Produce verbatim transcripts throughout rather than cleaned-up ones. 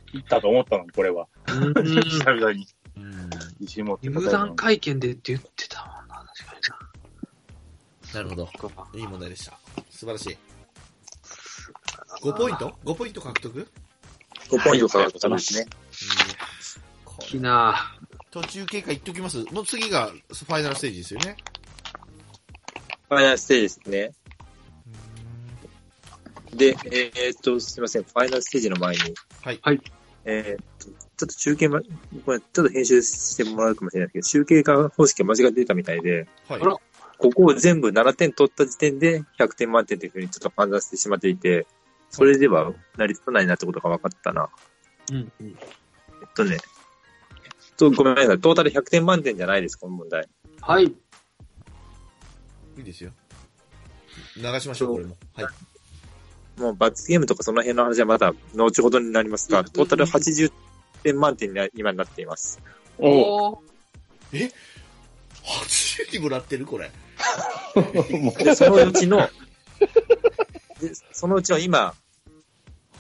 行ったと思ったのに、これは。久々に。 石本入団会見でって言ってたもんな、確かにな。なるほど。いい問題でした。素晴らしい。ごポイント ?ご ポイント獲得 ? ご ポイント獲得ですね。 大きな途中経過言っときます。もう次がファイナルステージですよね。 ファイナルステージですね。で、えー、っと、すみません。ファイナルステージの前に。 はい。 はい。 えー、っと、ちょっと中継ま、これちょっと編集してもらうかもしれないですけど、集計方式が間違ってたみたいで、 はい。 ここを全部ななてん取った時点でひゃくてん満点というふうにちょっと判断してしまっていて、それでは成り立たないなってことが分かったな。 うん、うん。えっとね、とごめんなさい。トータルひゃくてん満点じゃないです、この問題。 はい。いいですよ。流しましょう、これも。はい。 もう罰ゲームとかその辺の話はまた後ほどになりますが、トータルはちじゅってん満点に今になっています。 おー。 え ?はちじゅう にもらってるこれ。 でそのうちの、でそのうちは今、はい、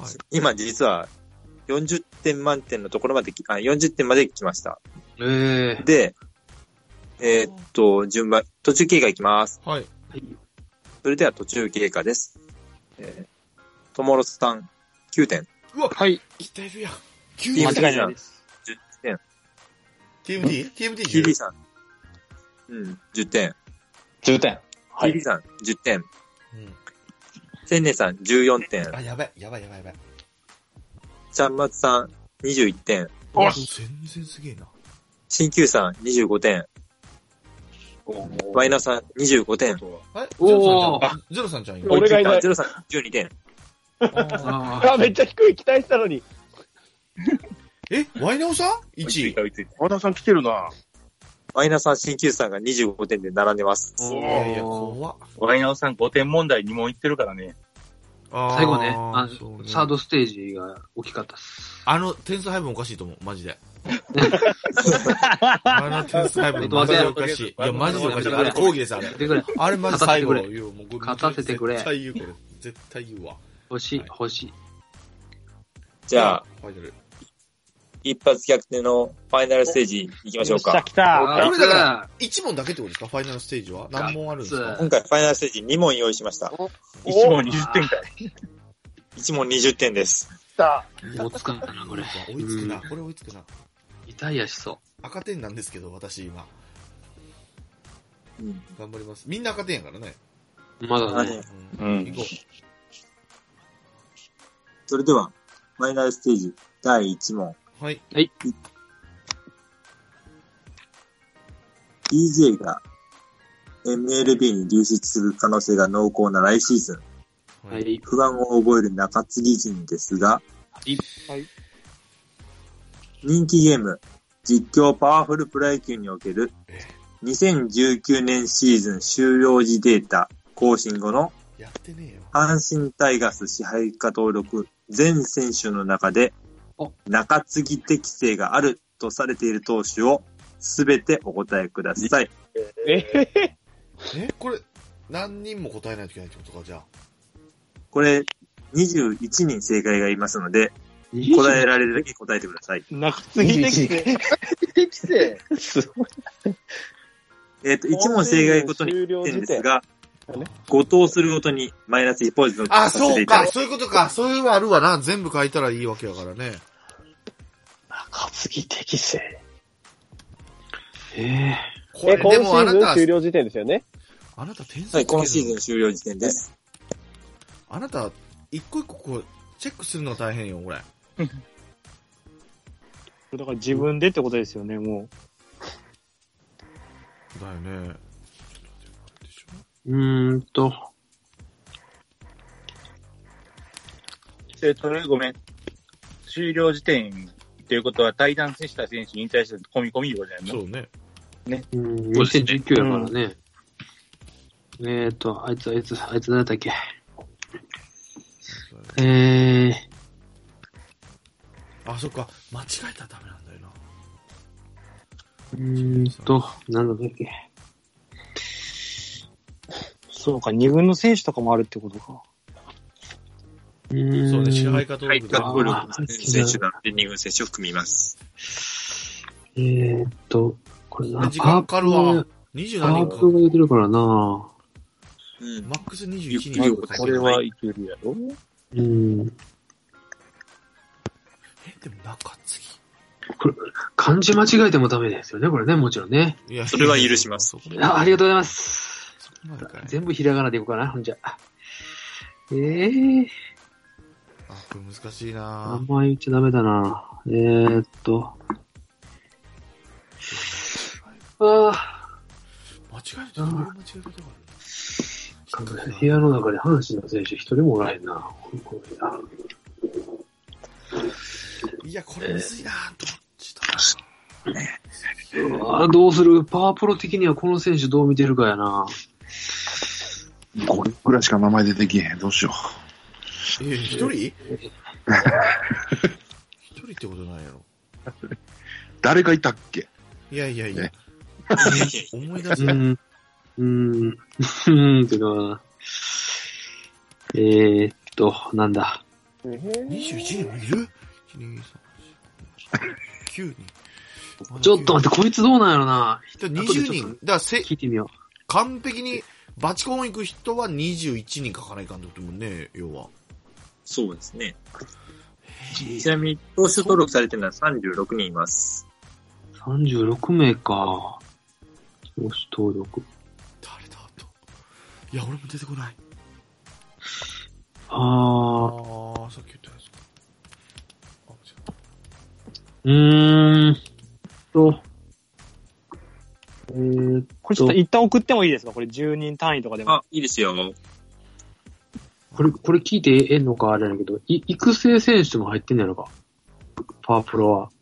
今実はよんじゅってん満点のところまで、あ、よんじゅってんまで来ました。 えー、 で、えー、っと、順番、途中経過いきます。 はい。 それでは途中経過です。えー、ともろさん、きゅうてん。 うわ、 はい。 来てるやん。 きゅうてん。間違いないです。 じゅってん。 ティーム D？ ティーム D？ ティービー さん。うん、じゅってん。 じゅってん。 はい。ティービー さん、じゅってん。うん。千年さん、じゅうよんてん。 あ、やばい、やばい、やばい、やばい。 ちゃんまつさん、にじゅういってん。 お全然すげえな。 しんきゅうさん、にじゅうごてん。ワイナさん、にじゅうごてん。 えおー。ゼロさんちゃん、 俺がいない。 ゼロさん、じゅうにてん。 あ、めっちゃ低い、期待したのに。 えワイナオさん ?いち 位。 ワイナオさん来てるな。 ワイナさん、しんきゅうさんがにじゅうごてんで並んでます。 いやいや、怖っ。 ワイナオさんごてん問題に問いってるからね。 最後ね、あねサードステージが大きかったっす。 あの点数配分おかしいと思う、マジで。あの点数配分マジでおかしい。いや、マジでおかしい。あれ、講義です、あれ。あれマジ最後。 勝たせてくれ。 絶対言う、これ。絶対言うわ。 欲しい、欲しい。 じゃあ、一発逆転のファイナルステージ行きましょうか。 来た来た。 これだから、いち問だけってことですかファイナルステージは何問あるんですか今回ファイナルステージに問用意しました。 いち問にじゅってんかい。 いち問にじゅってんです。 来た。 追いつくんだな、これ。 追いつくな、これ追いつくな。 リタイアしそう。 赤点なんですけど、私今。 うん。 頑張ります。みんな赤点やからね。 まだね。 うん。行こう。 それでは、ファイナルステージだいいち問。 はい。 はい。 ディージェー が エムエルビー に流出する可能性が濃厚な来シーズン。 はい。 不安を覚える中継ぎ陣ですが、 はい。 人気ゲーム、実況パワフルプロ野球におけるにせんじゅうきゅうねんシーズン終了時データ更新後の阪神タイガース支配下登録全選手の中で中継ぎ適性があるとされている投手をすべてお答えください。 ええこれ何人も答えないといけないってことかじゃあ。 これにじゅういちにん正解がいますので答えられるだけ答えてください。 中継ぎ適性。適性すごい。 えっと、いち問正解ごとにいってんですが、ご答するごとにマイナスいちポイントあ、そうか、そういうことか。そういうのあるわな。全部書いたらいいわけやからね。 中継ぎ適性。 ええー。これでもあなた、終了時点ですよね。 あなた点数はい、今シーズン終了時点です。 あなた、一個一個こう、チェックするのが大変よ、これ。 だから自分でってことですよね、もう。 だよね。 うーんと。 えっと、ごめん。終了時点ということは、対談した選手に引退した込み込みいうことだよね。 そうね。 ね。 うん、にせんじゅうきゅうやからね。うん、えーと、あいつ、あいつ、あいつ誰だっけ。えー。 あ、そっか。間違えたらダメなんだよな。 うーんと、なんだっけ。 そうか、二軍の選手とかもあるってことか。 うーん。 そうね、支配下登ハイ録カ登録あー選手団でに軍選手を組みます。 えーっと、これな、 時間かかるわ。にじゅう何人か。 パープロが出てるからな。 うん。 マックスにじゅういちにん。 ゆっくりこれはいけるやろ。 うん。 え、でも中継ぎ。 これ、漢字間違えてもダメですよね、これね、もちろんね。 いやそれは許します。 あ、ありがとうございます。 そこまでかい。 全部ひらがなでいこうかな、ほんじゃ。えー、 あ、これ難しい名な前言っちゃダメだな。えーっと。あ間違えるとどういう間違い方がある部屋の中で阪神の選手一人もおらへんな。 いや、これむずいなどっちだあどうするパワープロ的にはこの選手どう見てるかやな。 これぐらいしか名前出てきへん。どうしよえ、一人一人ってことないやろ。 う。誰がいたっけ？ いやいやいやね。 思い出せ。 うん。うん。うん。っていうのは、えーっと、なんだ。 にじゅういちにんもいる ?いち、に、さん、きゅうにん。 ちょっと待って、こいつどうなんやろな。 にじゅうにん。だからせ、 聞いてみよ完璧にバチコン行く人はにじゅういちにん書かないかんってこともんね、要は。 そうですね。ちなみに、投手登録されてるのはさんじゅうろくにんいます。 う。さんじゅうろくめいか。投手登録。 誰だと。いや、俺も出てこない。 ああー。 ー、さっき言ったやつ。あ、 うーんと。えーっと。 これちょっと一旦送ってもいいですか？これじゅうにん単位とかでも。 あ、いいですよ。 これ、これ聞いてええのかあれだけど、い、育成選手も入ってんのやろか。パワープロは。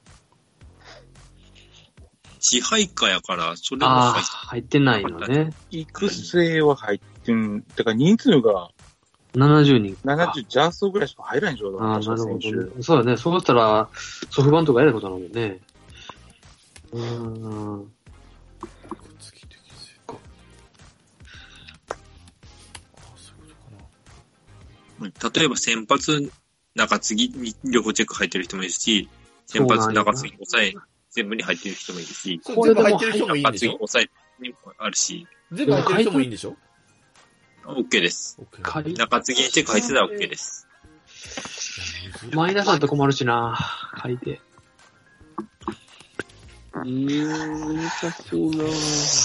支配下やから、それもああ、 入っ入ってないのね。 育成は入ってん、てか人数がななじゅうにんか。 ななじゅうジャストぐらいしか入らないんでしょ。 ああ、なるほど選手ね。そうだね。そうしたら、ソフトバンクがやることなのね。うーん。 次的成果。あ、そういうことかな。 例えば先発、中継ぎに両方チェック入ってる人もいるし、先発、中継ぎ、抑え、全部に入ってる人もいるし、 これ全部入ってる人もいいん中継ぎ、 でしょ？ 抑えにもあるし、 全部入ってる人もいいんでしょ？ OK です。 オッケー。 かい中継ぎにチェック入ってたら OK です。 マイナスだと困るしな。書いて。うーん、難しいな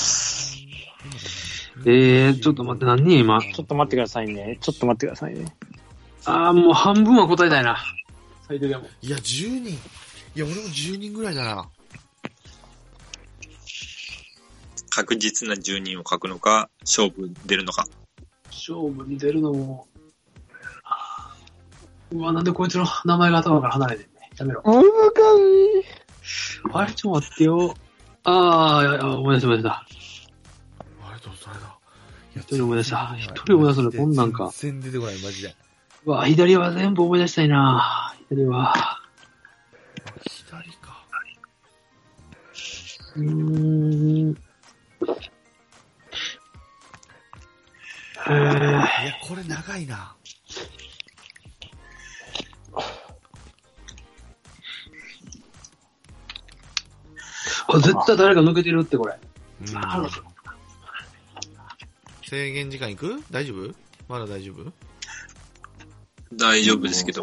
えー、ちょっと待って、何人今。 ちょっと待ってくださいね。ちょっと待ってくださいね。 あー、もう半分は答えたいな。最低でも。 いや、じゅうにん。いや、俺もじゅうにんぐらいだな。 確実なじゅうにんを書くのか、勝負出るのか。 勝負に出るのも。うわ、なんでこいつの名前が頭から離れてんね。やめろ。 難しい。 あれ、ちょっと待ってよ。あー、いやいや思い出した思い出した。 あれと誰だ？ 一人思い出した。一人思い出すのこんなんか。 全然出てこない、マジで。 うわ、左は全部思い出したいな。左は。 左か。 うーん。えー、 いや、これ長いな。 あ、絶対誰か抜けてるって、これ。 うん、制限時間いく？大丈夫？まだ大丈夫？ 大丈夫ですけど。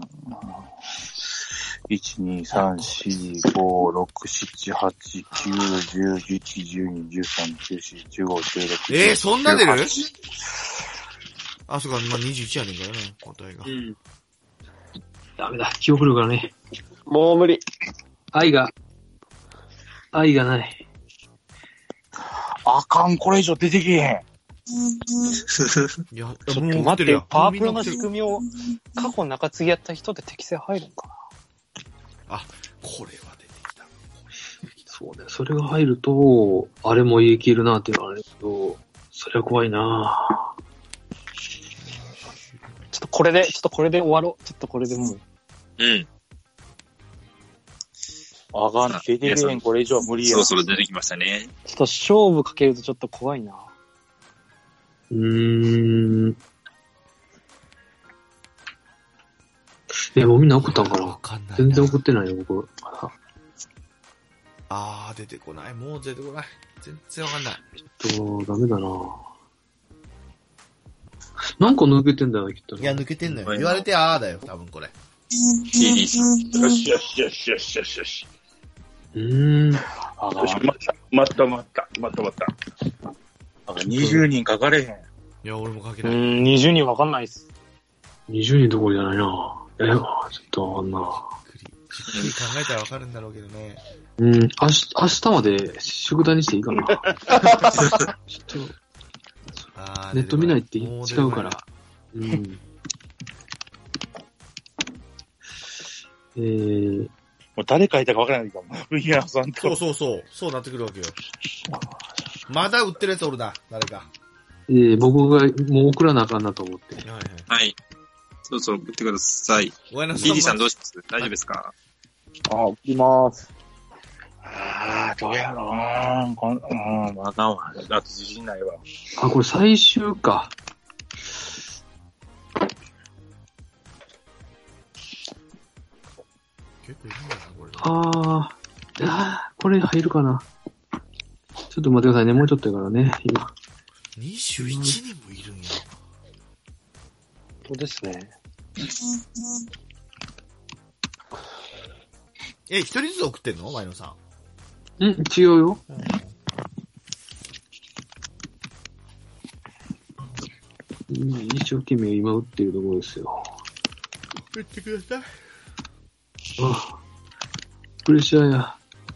いち、に、さん、よん、ご、ろく、なな、はち、きゅう、じゅう、じゅういち、じゅうに、じゅうさん、じゅうよん、じゅうご、じゅうろく。 えー、そんな出る？あ、そうか、まあ、にじゅういちやねんからね、答えが。 うん。ダメだ、記憶力がね。 もう無理。 愛が、愛がない。 あかん、これ以上出てけへん。 いや、 ちょっともう待ってよ。パワープロのみんな来てる仕組みを過去中継ぎやった人って適正入るんかな？ あ、これは出てきた。 そうね、それが入ると、あれも言い切るなっていうのはあるけど、それは怖いなちょっとこれで、ちょっとこれで終わろう。ちょっとこれでもう。 うん。 あかん、出てけへん、これ以上は無理や。 そろそろ出てきましたね。 ちょっと勝負かけるとちょっと怖いな。 うーん。 え、もうみんな送ったんかなわかんないな。 全然送ってないよ、僕。まだ。 あー、出てこない。もう出てこない。全然わかんない。 ちょっと、ダメだななんか抜けてんだよね、きっとね。 いや、抜けてんのよ。言われてあーだよ、多分これ。 ティーディー さん。 よしよしよしよしよしよし。 うーん。 あよし、待った、待った、待った、待った、待った。にじゅうにん書かれへん。 いや、俺も書けうない。 ん、にじゅうにんわかんないっす。 にじゅうにんどころじゃないなえ、ちょっとわかんなじっくり、じっくり考えたらわかるんだろうけどね。 うん、明日、明日まで宿題にしていいかなちょっと、 あーネット見ないって違も出てこうから。うん。えー、 もう誰書いたかわからないかも。ブギアさんそうと。 そうそう。そうなってくるわけよ。まだ売ってるやつおるな、誰か。 えー、僕がもう送らなあかんなと思って。 はいはい。 はい。そろそろ送ってください。 おやなティーディー さんどうします大丈夫ですか？ あ、送ります。 ああ、どうやろうなこん、うん、あかんわ。あと自信ないわ。 あ、これ最終か。 結構いるんだな、これ。 あー、あーこれ入るかな。ちょっと待ってくださいね。もうちょっとやからね、今。 にじゅういちにんもいるんや。 そうですね。 え、一人ずつ送ってんの前野さん。 ん違うよ。うん一生懸命今打ってるところですよ。 送ってください。 あプレッシャーや。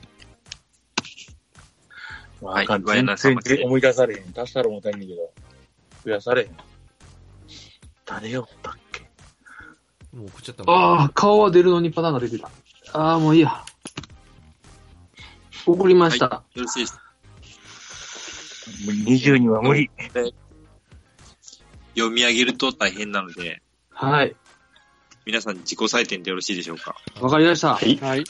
はいあかん。 ワイナ全さんまで然思い出されへん。足したらもうたいんだけど。増やされへん。誰よったっけ？ もう送っちゃったもん。 ああ、顔は出るのにパターンが出てた。ああ、もういいや。送りました。 よろしいですか？ もうにじゅうにんは無理。 読み上げると大変なので、 はい。 皆さん自己採点でよろしいでしょうか？ わかりました。 はい。はい。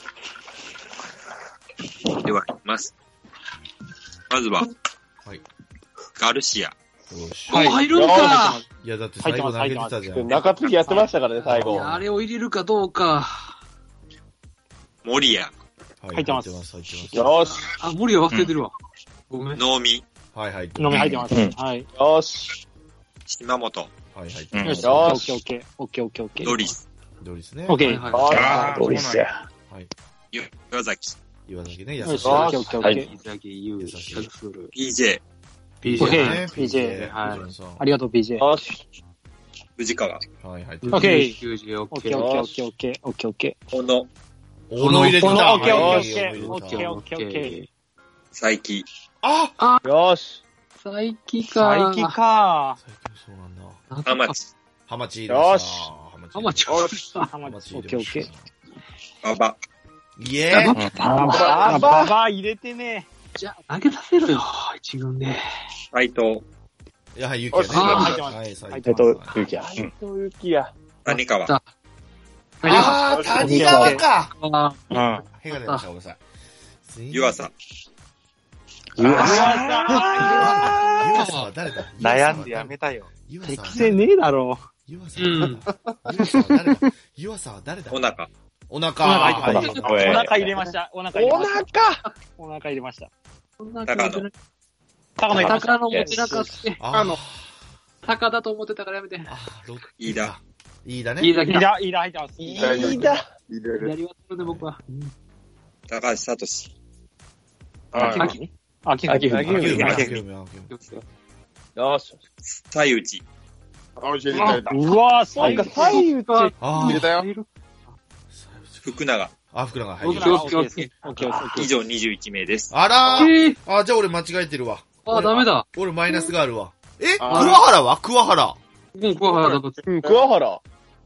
では、いきます。まずは、 はい。 ガルシア。 よし。 もう入るんか。 いや、だって最後投げてたじゃん。 中継ぎやってましたからね、最後。 いや、あれを入れるかどうか。 モリア。 はい入ってます入ってます、入ってます。 よーし。 あ、森は忘れてるわ。ごめん。 ノーミ。 はいはい。 飲み入ってます。 うんはい。 よーし。 島本。 はいはい。 うんよし。 よーしオッケーオッケー。オッケーオッケーオッケー。 ドリス。 ドリスね。 オッケー。 はいはいあードリスや。 はい。 岩崎。 岩崎ね、優よし。 しい。 オッケーオッケーオッケー。 伊崎優、 優しいシャクル。 ピージェー。 ピーオッケーねピージェーはい藤野さんありがとう、ピージェー。 よーし。 藤川。 はいはい。 オッケーきゅうじゅうオッオッケーケー。 オッケーオッケーオッケーオッケーオッケ小野。 おの入れてた。 オッケーオッはいケーオッケーオッケーオッケーオッケー。 佐伯。 あよーし。 佐伯か。 最近か最近そうなんだ。 浜地。 ハマチ入れました。 よしハマチ。 浜ちゃん。 ハマチ。 ハマチオッケーオッケー。 馬場。 イエーイあば、ばば入れてね。 じゃあ、投げさせろよ。一軍で。 斎藤。 いや、はい、ゆきやね。 あー入ってますはい、最入って近ます。 ゆきや。とゆきや。 谷川。 さあー、谷川か。 あうん。 へが出ました、ごめんなさい。 湯浅。 湯浅。 湯浅は誰だ悩んでやめたよ。 湯浅は適正ねえだろ。 湯浅は誰だ湯浅は誰だお腹。 お腹。 お腹はいお腹お腹入れました。お腹入れおました。 腹お腹入れました。 そんな高野。 高野入れました。 高野持ちなかって。 あー高だと思ってたからやめて。 あー、ロッ飯田。 いいだね。 いいだけだ。 いいだ、いいだ入ってます。 いいだ。 左は取るね、僕は。 高橋聡。 はい秋秋秋秋冬秋海秋秋海秋海よし。 西内。 あ、教えていただいた。 うわー、 なんか、 最左右ってあー入れたよ。 福永。 あ、福永、はい。 オッケーオッケーオッケーオッケーオッケー。 以上にじゅういち名です。 あらーえー、 あ、じゃあ俺間違えてるわ。 あ、ダメだ。 俺マイナスがあるわ。えあー桑原は桑原。 もう桑原だとうん、桑原。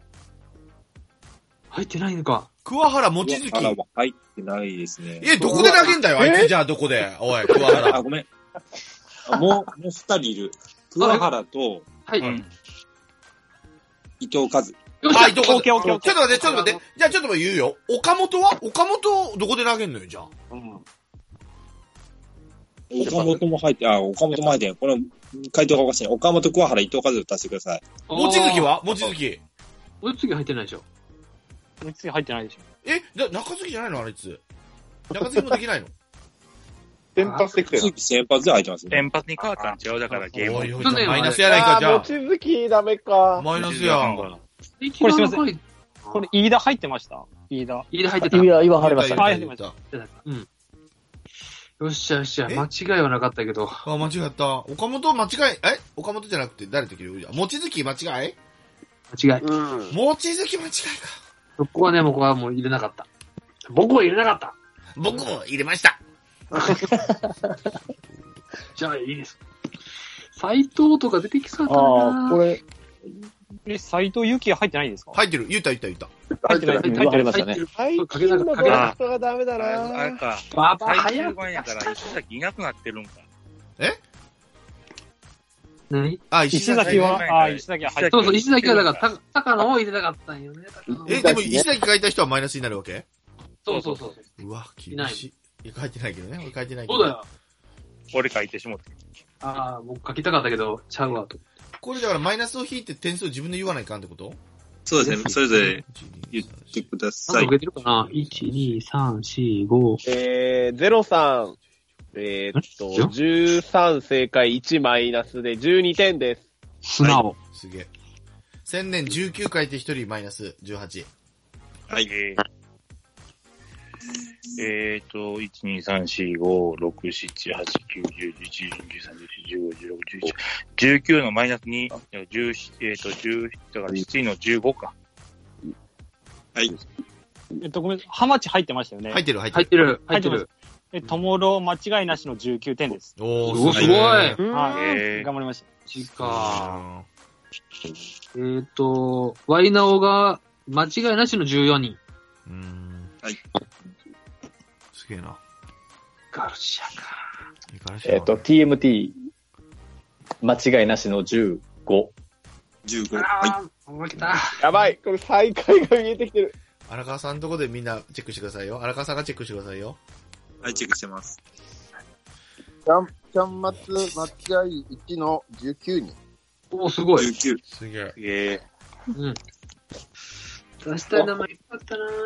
入ってないのか。 桑原、望月。 あらは入ってないですね。 え、どこで投げんだよ、あいつじゃあどこで。おい、桑あ、 原。 ごめん。あもう、もう二人いる。桑原とはい。 うん。 伊藤和。 よっしゃはい、どこで。 オッケーオッケーオッケーちょっと待って、ちょっと待って。じゃあちょっと言うよ。岡本は岡本、どこで投げんのよ、じゃあ。 岡本も入って、あ、岡本も入ってない。この回答がおかしいね。岡本、桑原、伊藤和を足してください。 望月は望月。 望月入ってないでしょ。 三井入ってないでしょ。 え、だ中継ぎじゃないのあいつ。中継ぎもできないの先発できてる。 先発で入ってますね。 先発に変わったんちゃうだからゲーム。 おいおい、マイナスやないか、じゃあ。 望月ダメか。 マイナスやん。 これすいません。これ、飯田入ってました飯田。 飯田入ってた。 飯田、今入りました。入ってました。 うん。よっしゃよっしゃ、間違いはなかったけど。 あ、間違った。岡本間違い、え岡本じゃなくて誰できる？望月間違い？ 間違い。 うん。 望月間違いか。 そこはね、僕はもう入れなかった。僕は入れなかった。 僕も入れました。 じゃあいいです。斎藤とか出てきそうだな。 ああ、これ。え、斎藤佑樹入ってないんですか？ 入ってる。言った言った言った。 入ってない。入ってましたね。 最近のドラフトがダメだな。 あれか。 ババ最早く。 終盤やから石崎いなくなってるんか。 え？ 何？ あ、 石崎は、あ、石崎は入ってる。 そうそう、石崎はだから、高野を入れなかったんよね。 え、でも石崎書いた人はマイナスになるわけ？ そうそうそう。 うわ、厳しい。いや、書いてないけどね。俺書いてないけど。 そうだよ。 俺書いてしもって。 ああ、僕書きたかったけど、ちゃうわと。 これだからマイナスを引いて点数を自分で言わないかんってこと？ そうですね。それぞれ言ってください。 受けてるかな ?いち、に、さん、し、ご。 えー、ゼロさん。えー、っと、じゅうさん正解いちマイナスでじゅうにてんです。 素直。はい、 すげえ。千年じゅうきゅう書いてひとりマイナスじゅうはち。 はい。 えーえーと、いち、に、さん、よん、ご、ろく、なな、はち、きゅう、じゅう、じゅういち、じゅうに、じゅうさん、じゅうよん、じゅうご、じゅうろく、じゅうなな、じゅうきゅうのマイナスに、じゅう、えーと、じゅう、だからななのじゅうごか。 はい。 えっと、ごめん、ハマチ入ってましたよね。 入ってる入ってる。 入ってる。入ってる。 え、ともろ間違いなしのじゅうきゅうてんです。 おー、すごい。 はい。頑張りました。 マジか。えーと、ワイナオが間違いなしのじゅうよにん。 うーん。 はい。 すげえな。 ガルシアか。 ガルシアえっと、ティーエムティー、間違いなしのじゅうご。 じゅうご。はい。 負けた。 やばい。これ最下位が見えてきてる。 荒川さんのとこでみんなチェックしてくださいよ。荒川さんがチェックしてくださいよ。 はい、チェックしてます。 キャン、キャンマツ間違いいちのじゅうきゅうにん。 おー、すごい。 じゅうきゅう。 すげえ。 すげえ。 うん。出したい名前いっぱいあったなぁ。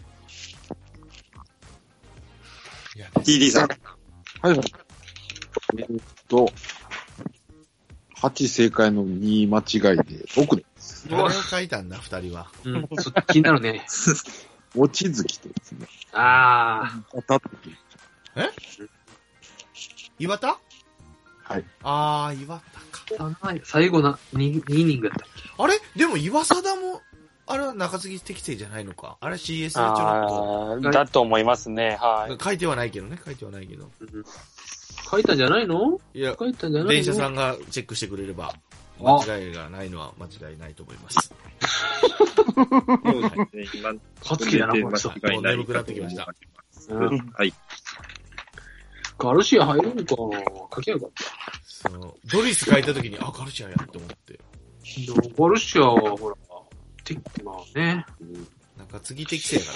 ティーディー さん。 はい。えー、っと、はち正解のに間違いでろくです。 誰を書いたんだ、二人は。 うん、そっち気になるね。 望月とですね。 あー。 え岩田はい。 あー、岩田か。最後な、にイニングやったっけ？ あれでも岩貞も、あれは中継ぎ適正じゃないのか。あれ シーエス でちょろっと。だと思いますね。はい。 書いてはないけどね。書いてはないけど。 うん、書いたんじゃないの？ いや、 書いたんじゃないの？ 電車さんがチェックしてくれれば、間違いがないのは間違いないと思います。 そうですね。今、 勝つ気だな、この人。 もう眠くなってきました。 うん、はい。 ガルシア入るのかな？書きゃよかった。 そう。ドリス書いたときに、あ、ガルシアやって思って。 ガルシアは、ほら、て、まあね。 うん、なんか次適正やから。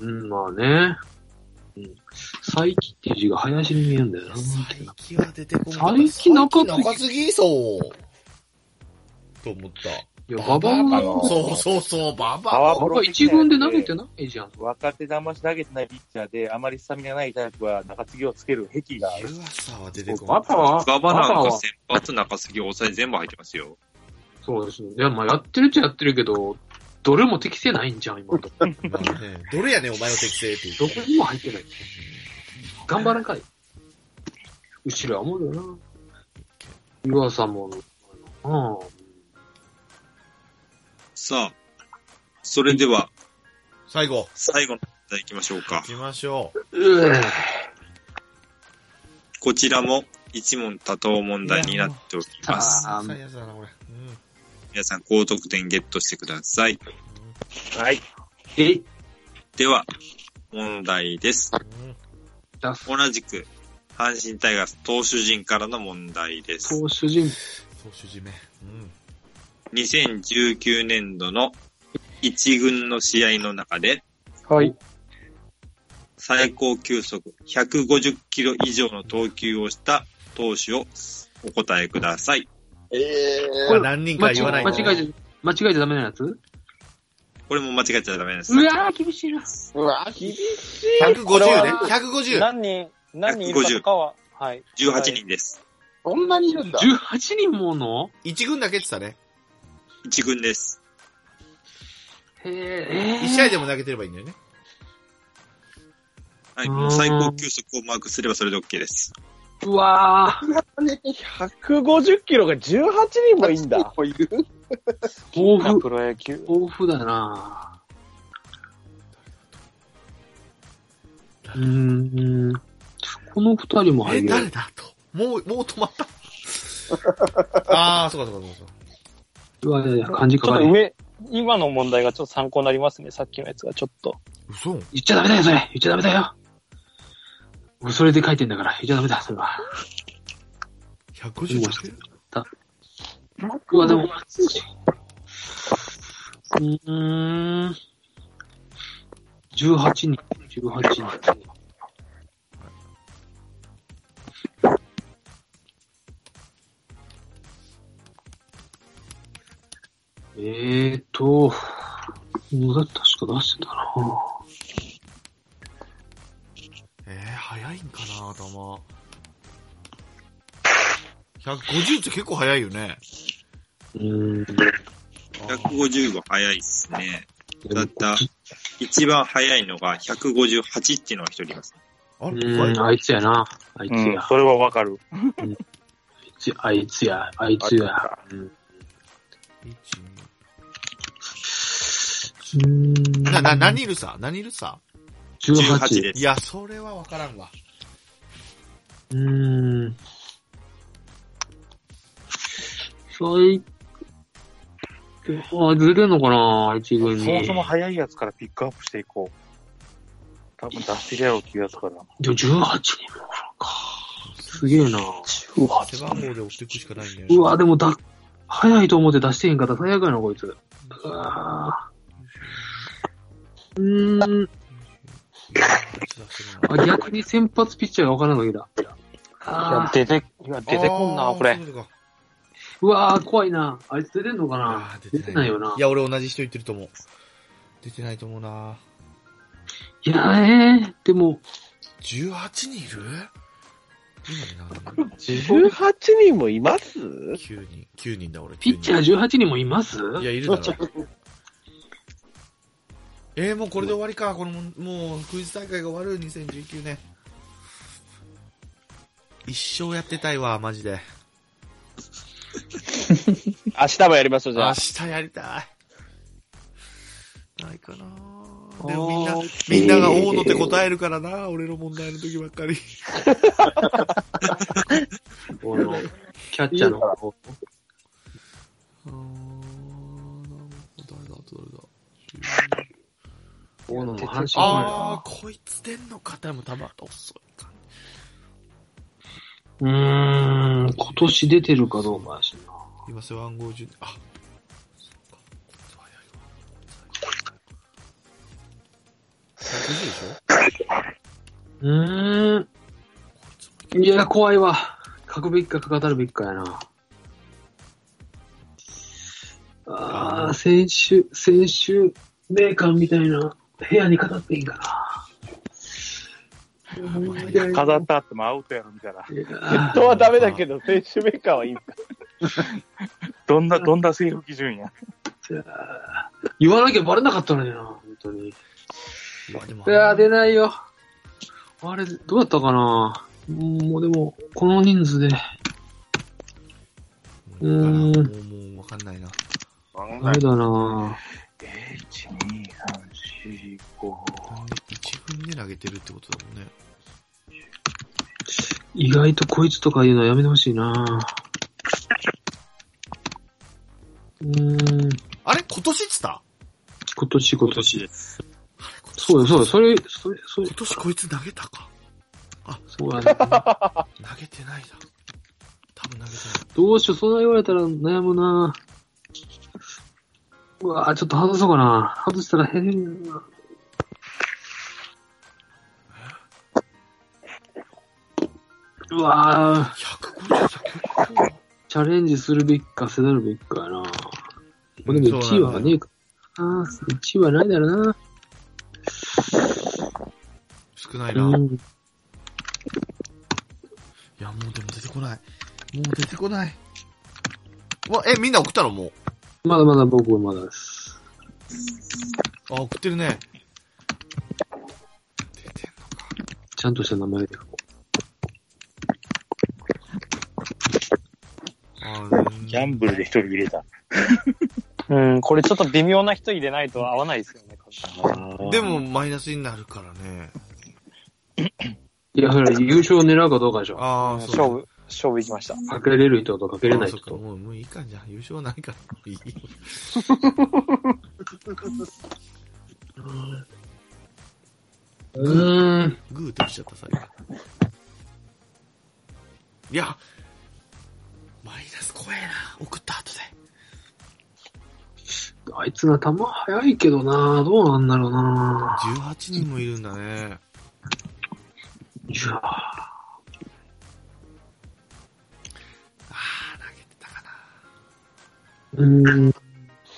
うん、まあね。うん。佐伯っていう字が林に見えるんだよな。 佐伯は出てこない。 佐伯中継ぎ。 中継ぎそう。と思った。 いや、ババは、 そうそうそう、ババババ一軍で投げてないじゃん。 若手騙し投げてないピッチャーで、あまりスタミナないタイプは中継ぎをつける癖がある。 湯浅は出てこない。ババはババなんか先発中継ぎ抑え全部入ってますよ。 そうですね。いや、まあやってるっちゃやってるけど、どれも適正ないんじゃん、今のとこ。 どれやねん、お前の適正っていう。 どこにも入ってない。頑張らんかい。後ろは思うよな。湯浅も、ああ。 さあ、それでは、 最後。 最後の問題行きましょうか。 行きましょう。うこちらも一問多答問題になっております。 あー、やつだな、これ。 うん、皆さん高得点ゲットしてください。 うん、はい。 えでは、問題です。うん、同じく、阪神タイガース投手陣からの問題です。 投手陣。 投手陣目。うんにせんじゅうきゅうねんどの一軍の試合の中で、 はい。 最高球速ひゃくごじゅっキロ以上の投球をした投手をお答えください。 えー。これ何人か言わないと。 間違えちゃ、間違えちゃダメなやつ？ これも間違えちゃダメです。 うわー、厳しいな。 うわー、厳しい。 ひゃくごじゅうね。ひゃくごじゅう。 何人、何人いるかとかは、はい。 じゅうはちにんです。 そんなにいるんだ。 じゅうはちにんもの ? いち 軍だけって言ったね。 いち軍です。 へえ。 いち試合でも投げてればいいんだよね。 はい、もう最高球速をマークすればそれで OK です。 うわー。ひゃくごじゅっキロがじゅうはちにんもいんだ。 豊富。プロ野球。豊富だなうーん。この二人も入る。 え、誰だと。もう、もう止まった。あー、そうかそうかそうか。 うわ、いやいや、漢字変わり。ちょっと上、今の問題がちょっと参考になりますね。さっきのやつがちょっと。 嘘？ 言っちゃダメだよ、それ。言っちゃダメだよ。それで書いてんだから、言っちゃダメだ、それは。 ひゃくごじゅうだけだ。うわ、でも、うーん。じゅうはちにん、じゅうはちにん。えーと、野田確か出してたなえー、早いんかな、頭。ひゃくごじゅうって結構早いよね。 うーん。 ひゃくごじゅうは早いっすね。だった、一番早いのがひゃくごじゅうはちっていうのが一人います。 あれ、うん、あいつやな。あいつや。うん、 それはわかる。 うん、あいつや、あいつや。うん。 うん。な、な、何いるさ何いるさじゅうはちです。 いや、それはわからんわ。 うーん。そい、あ、ずれんのかな一軍に。 そもそも早いやつからピックアップしていこう。多分出してるやろうっていうやつから。 でもじゅうはちにんもか。すげえな。 じゅうはち背番号で追っていくしかないね。 うわ、でもだ、早いと思って出してへんかったら最悪やな、こいつ。うわうーん。あ、逆に先発ピッチャーがわからんのいだ。 あいや、出て、いや、出てこんな、これ。 うわー、怖いな。あいつ出てんのかな出てないよな。 いや、俺同じ人言ってると思う。出てないと思うな。 いや、えー、でも。 じゅうはちにんいるじゅうはちにんもいます ? きゅう 人。きゅうにんだ、俺。 ピッチャーじゅうはちにんもいますいや、いるだろ。えー、もうこれで終わりか。この、もう、クイズ大会が終わる、にせんじゅうきゅうねん。一生やってたいわ、マジで。 明日もやりましょう、じゃあ。 明日やりたい。ないかなでもみんな、みんなが大野って答えるからな、俺の問題の時ばっかり。 この、キャッチャーの方。 あー、なるほど、誰だ、誰だ。 大野も阪神あー、こいつ出んのか、でも多分遅いか。 うーん、今年出てるかどうかやしな。 今、背番号じゅう、あ、そっか、こいつ早いわ。ひゃくごじゅうでしょ？ うーん。いや、怖いわ。書くべきか書かたるべきかやな。あー、先週、先週、名鑑みたいな部屋に飾っていいんかな。 飾ったってもアウトやろみたいな。 ヘッドはダメだけど、選手メーカーはいいんか。 どんな、どんなセーフ基準や。 言わなきゃバレなかったのにな、本当に。いや、 や出ないよ。あれ、どうやったかな。もうでも、この人数で。うーん。もう、 もうわかんないな。 ダメだな。 いち、に、さん、し、ご。 一軍で投げてるってことだもんね。 意外とこいつとか言うのはやめてほしいな。うーん。 あれ今年っつった今年、今年。そうよ、そうよ、それ、それ、それ。 今年こいつ投げたか。あ、 そうやね。投げてないだ。多分投げてない。 どうしよう、そんな言われたら悩むな。うわぁ、ちょっと外そうかな。外したら変な。うわぁ。 ひゃくごじゅうさ結構。 チャレンジするべきかせざるべきかやな。これでもいちいはねえか。 ああ、いちいはないだろうな。 少ないな。うん、いや、もうでも出てこない。もう出てこない。わ、え、みんな送ったのもう。 まだまだ僕はまだです。 あ、送ってるね。出てんのか。 ちゃんとした名前で書こう。ギャンブルで一人入れた。 うん、これちょっと微妙な人入れないと合わないですよね。 でも、マイナスになるからね。 いや、それ優勝を狙うかどうかでしょ。 ああ、そう。 勝負、勝負行きました。 かけれる人とかけれない人と。 もう、もういいかんじゃん。優勝はないから。いいよ。 うーん。 グーってしちゃった、最後。いや、マイナス怖えな。送った後で。 あいつが球速いけどな、どうなんだろうな。 じゅうはちにんもいるんだね。 いやああ、投げてたかな。 うーん。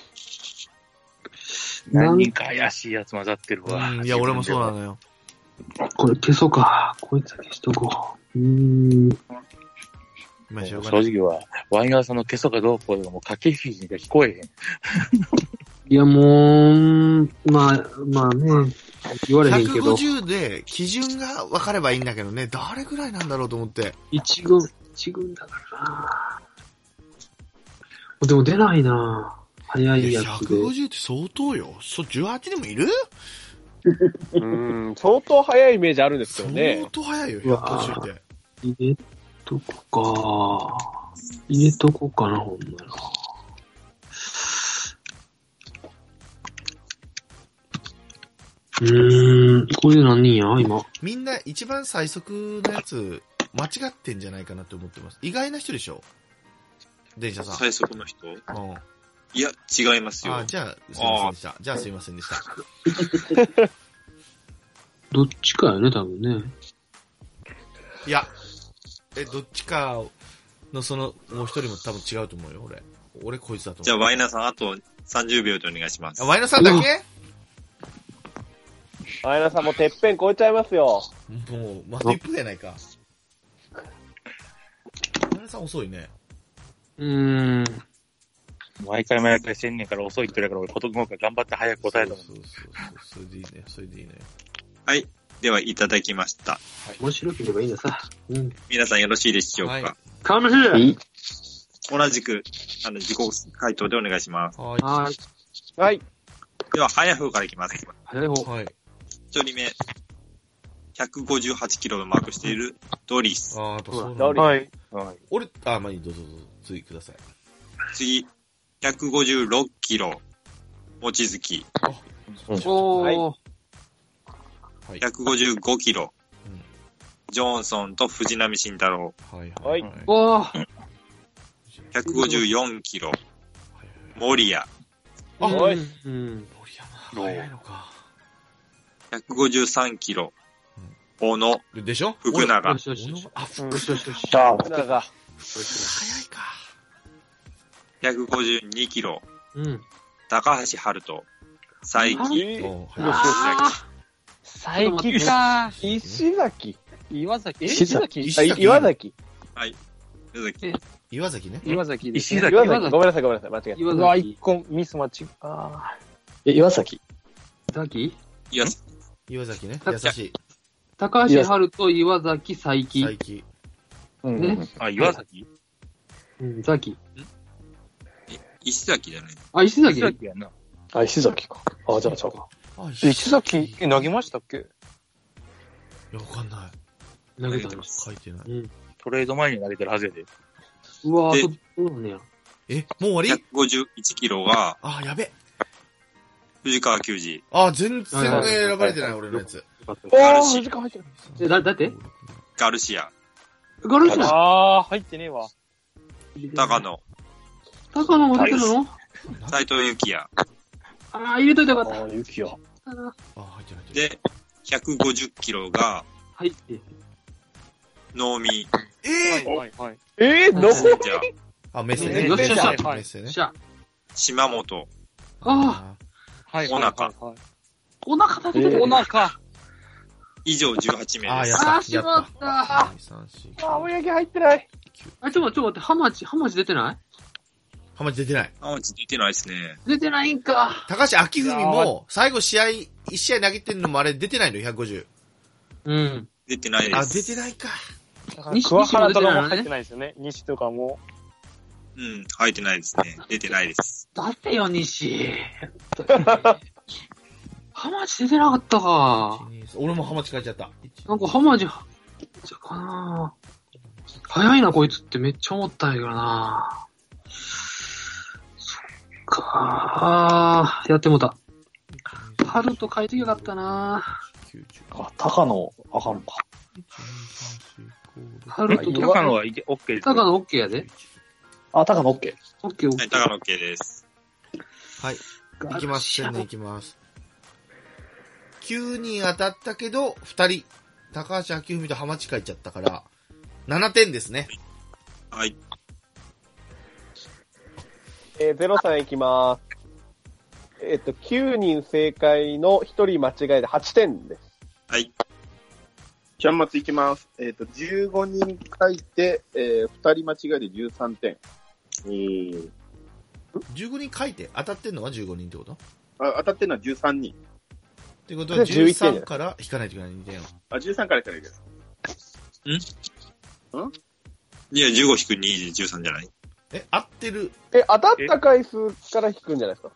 何人か怪しいやつ混ざってるわ。 いや、俺もそうなのよ。 これ消そうか。こいつは消しとこう。うーん。 まあ、正直は、ワイナーさんの消そうかどうかでも駆け引きに聞こえへん。 いや、もう、まあ、まあね、言われへんけど。 ひゃくごじゅうで基準が分かればいいんだけどね、誰ぐらいなんだろうと思って。 一軍、一軍だからな。でも出ないな。早いやつで。 ひゃくごじゅうって相当よ。そう、じゅうはちにもいる？ うん、相当早いイメージあるんですけどね。 相当早いよ、ひゃくごじゅうって。 入れとこか。入れとこかな、ほんなら。うーん、これで何人や今。 みんな一番最速のやつ、間違ってんじゃないかなって思ってます。意外な人でしょ？電車さん。 最速の人？うん。いや、違いますよ。 あ、じゃあ、すいませんでした。じゃあすいませんでした。 どっちかよね、多分ね。 いや、え、どっちかのその、もう一人も多分違うと思うよ、俺。俺こいつだと思う。 じゃあ、ワイナさん、あとさんじゅうびょうでお願いします。 あ、ワイナさんだけ？ ワイナさんもてっぺん超えちゃいますよ。 もう、またいっぷんやないか。ワイナさん遅いね。 うーん。 毎回毎回せんねんから遅いって言うから俺、ことの方が頑張って早く答えたもん。 そうそうそう。それでいいね。それでいいね。 はい。では、いただきました。はい、 面白ければいいんださ。うん。 皆さんよろしいでしょうか。はい、 楽しい。 同じく、あの、自己回答でお願いします。 はい。はい。 はい。 では、早い方からいきます。 早い方。はい。 一人目、ひゃくごじゅうはちキロをマークしているドリス。 ああ、やっぱそうなんだ。はい。 はい。俺、あ、まあいい、どうぞどうぞ、次ください。 次、ひゃくごじゅうろっキロ、望月。 あ、 おー。 はい。ひゃくごじゅうごキロ、うん、ジョンソンと藤波慎太郎。 はいはい、はい。 おー。 ひゃくごじゅうよんキロ、森谷。 あ、はい。うん。 森山、早いのか。 ひゃくごじゅうさんキロ、小野。 でしょ？ 福永。 よしよしよし。 あ、福永。 福永。 早いか。 ひゃくごじゅうにキロ、 うん。 高橋春人。佐伯。 よしよし。 佐伯か。 石崎。 岩崎。 石崎。 石崎。岩崎。 はい。岩崎。 岩崎ね。 岩崎です。 石崎。岩崎。ごめんなさいごめんなさい。間違えた。 岩崎。うわ、一個ミス間違えた。 え、岩崎。 岩崎？ 岩崎。 岩崎ね。優しい。 高橋春と岩崎佐伯。 佐伯。 うん。ね。 あ、岩崎？ うん、佐伯。 石崎じゃない？ あ、石崎？ 石崎やな。 あ、石崎か。あ、じゃあ、じゃあ。 石崎、え、投げましたっけ？ いや、わかんない。 投げたんです。 書いてない。 うん。 トレード前に投げてるはずやで。 うわぁ、そうなんねや。 え、もう終わり？ ひゃくごじゅういちキロが、 あ、やべ。 藤川球児。 あ、全然選ばれてない、俺のやつ。 おー、藤川入ってる。 え、だ、だってガルシア。 ガルシア。 あー、入ってねえわ。 高野。 高野も出てるの？ 斉藤幸也。 あー、入れといたよかった。 あー、幸也。 あ、入ってない。 で、ひゃくごじゅっキロが、 はい。 能見。 えー、はい、はい。 えー、能見じゃあ、メッセね。 よっしゃ、 メッセね。 しゃ。 島本。 ああ。 はい。 お腹。 お腹だけ出てる。 お腹。 以上じゅうはちめいです。 あー、やった。 あー、しまった。あ、 青柳入ってない。 あ、ちょっと待って、ちょっと待って、ハマチ、ハマチ出てないハマチ出てない。 ハマチ出てないですね。 出てないんか。 高橋明文も、最後試合、一試合投げてるのもあれ出てないの ?ひゃくごじゅう。 うん。 出てないです。 あ、出てないか。 西桑原とかも入ってないですよね。西とかも。 うん、入ってないですね。出てないです。 だってよ、西。ハマチ出てなかったか。 俺もハマチ書いちゃった。 なんかハマチ、じゃかな早いな、こいつってめっちゃ思ったんやけどなそっかー、やってもうた。春と書いてきゃよかったなあ、高野、あかんか。 春と高野は OK です。 高野 OK やで。 あ、高野 OK。 OK、OK。 はい、高野 OK です。 はい。いきます。宣伝いきます。きゅうにん当たったけど、ふたり。高橋明文とハマチ書いちゃったから、ななてんですね。 はい。 えー、ゼロさんいきまーす。えっと、きゅうにん正解のひとり間違いではちてんです。 はい。 ちゃんまついきます。えっ、ー、と、じゅうごにん書いて、えー、ふたり間違いでじゅうさんてん。えー、 じゅうごにん書いて当たってんのはじゅうごにんってこと？ あ、当たってんのはじゅうさんにん。 ってことはじゅうさんから引かないといけないんだよ。 あ、じゅうさんから引かないといけない。 んんいや、じゅうご引くにでじゅうさんじゃない？ え、合ってる。 え、当たった回数から引くんじゃないですか？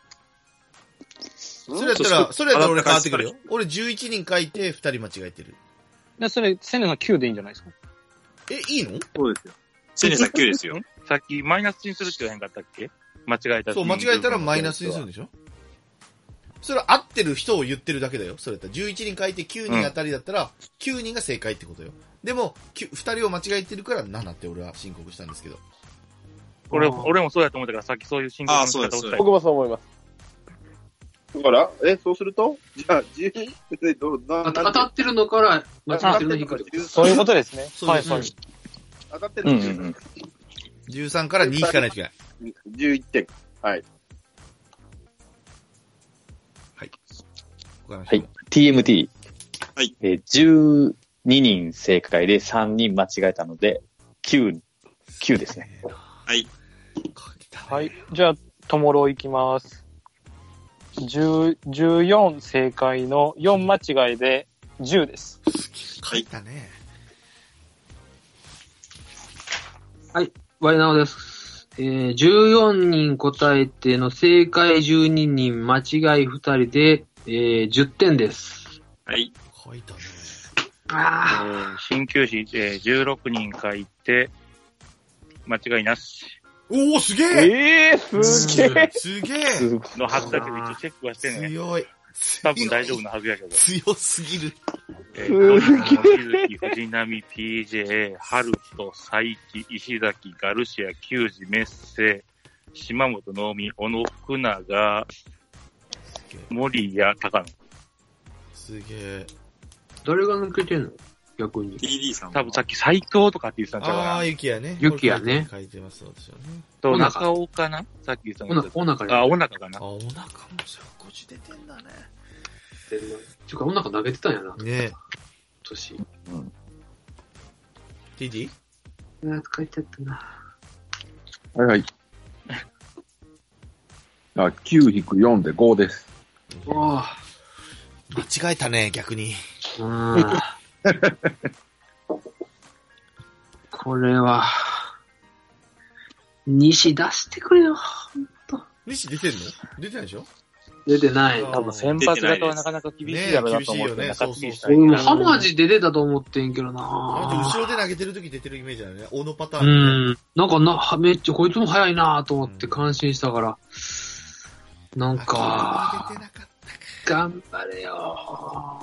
それやったら、それやったら俺変わってくるよ。俺じゅういちにん書いてふたり間違えてる。 で、それ、千年さんきゅうでいいんじゃないですか？ え、いいの？ そうですよ。千年さんきゅうですよ。 さっきマイナスにするって言わへんかったっけ？間違えた。 そう、間違えたらマイナスにするんでしょ？それは合ってる人を言ってるだけだよ。それだったらじゅういちにん書いてきゅうにん当たりだったら、きゅうにんが正解ってことよ。でも、ふたりを間違えてるからななって俺は申告したんですけど。 俺、俺もそうやと思ったから、さっきそういう申告の仕方をしたい。 僕もそう思います。 だから、え、そうするとじゃあ、じゅう、どう、 当たってるのから間違ってるの引く。 そういうことですね。 はいはい。 当たってるのじゅうさん。 じゅうさんからに引かないといけない。 じゅういってん。はい。 はい。 はい。ティーエムティー。 はい。 えー、じゅうににん正解でさんにん間違えたので、きゅう、きゅうですね。 はい。 はい。じゃあ、ともろいきます。じゅう、じゅうよん正解のよん間違いでじゅうです。 書いたね。 はい。ワイナオです。えー、じゅうよにん答えての正解じゅうににん間違いふたりで、えー、じゅってんです。 はい。 書いたね。 あえー、新球児、えー、じゅうろくにん書いて、間違いなし。 おー、すげええー、すげえすげえのはずだけど一応チェックはしてね。 強い。 多分大丈夫なはずやけど。 強すぎる。 えー、ドリモ、木月、藤波、ピージェー、ハルト、佐伯、石崎、ガルシア、球児、メッセ、島本、能見、小野、福永、森谷、高野。 すげえ。 誰が抜けてんの逆に。 ティーディー さん多分さっき斎藤とかって言ってたんちゃうかな。 ああ、ゆきやね。 ゆきやね。 書いてます私はね。 と、中尾かなさっき言ってたの。 おなかあ、おなかかな。 あ、おなかもひゃくごじゅう出てんだね。 ていうか、おなか投げてたんやな。 ねえ。 年。 うん。 ティーディー？ あ、書いてあったな。 はいはい。あ、きゅう引くよんでごです。 おー。 間違えたね、逆に。 うん。これは、西出してくれよ。ほんと。 西出てんの？出てないでしょ？ 出てない。 多分先発型はなかなか厳しいだろうなと思って。 ね、 中継ぎしたい。俺もハマジで出たと思ってんけどな後ろで投げてる時出てるイメージだよね。大野パターン、 ね。うん。なんかな、めっちゃこいつも速いなと思って感心したから。うん、なんか、頑張れよ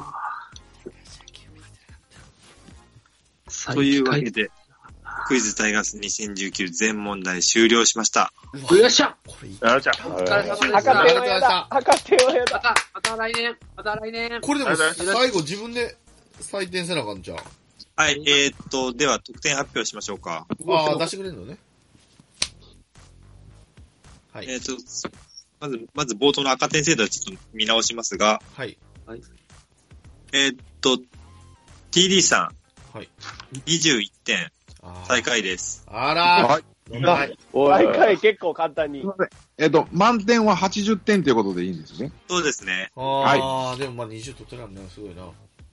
というわけで、クイズタイガースにせんじゅうきゅう全問題終了しました。 よっしゃよっしゃお疲れ様でした。 博士のやだ博士のやだまた来年また来年これでも最後自分で採点せなあかんじゃん。 はい、えー、っと、では得点発表しましょうか。 ああ、出してくれるのね。 はい。えー、っと、 まず、まず冒頭の赤点制度はちょっと見直しますが、 はい。 はい。 えー、っと、ティーディー さん。 はい。 にじゅういってん。最下位です。 あらー。はい。 はい。最下位結構簡単に。 えっと、満点ははちじゅってんということでいいんですね。 そうですね。 ああ、はい、でもまあにじゅう取ってるんだね、すごいな。